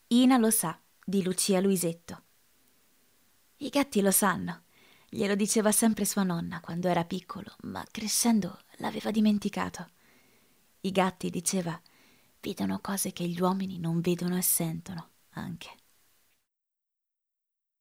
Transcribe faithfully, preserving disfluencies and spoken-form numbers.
Ina lo sa, di Lucia Luisetto. I gatti lo sanno, glielo diceva sempre sua nonna quando era piccolo, ma crescendo l'aveva dimenticato. I gatti, diceva, vedono cose che gli uomini non vedono e sentono, anche.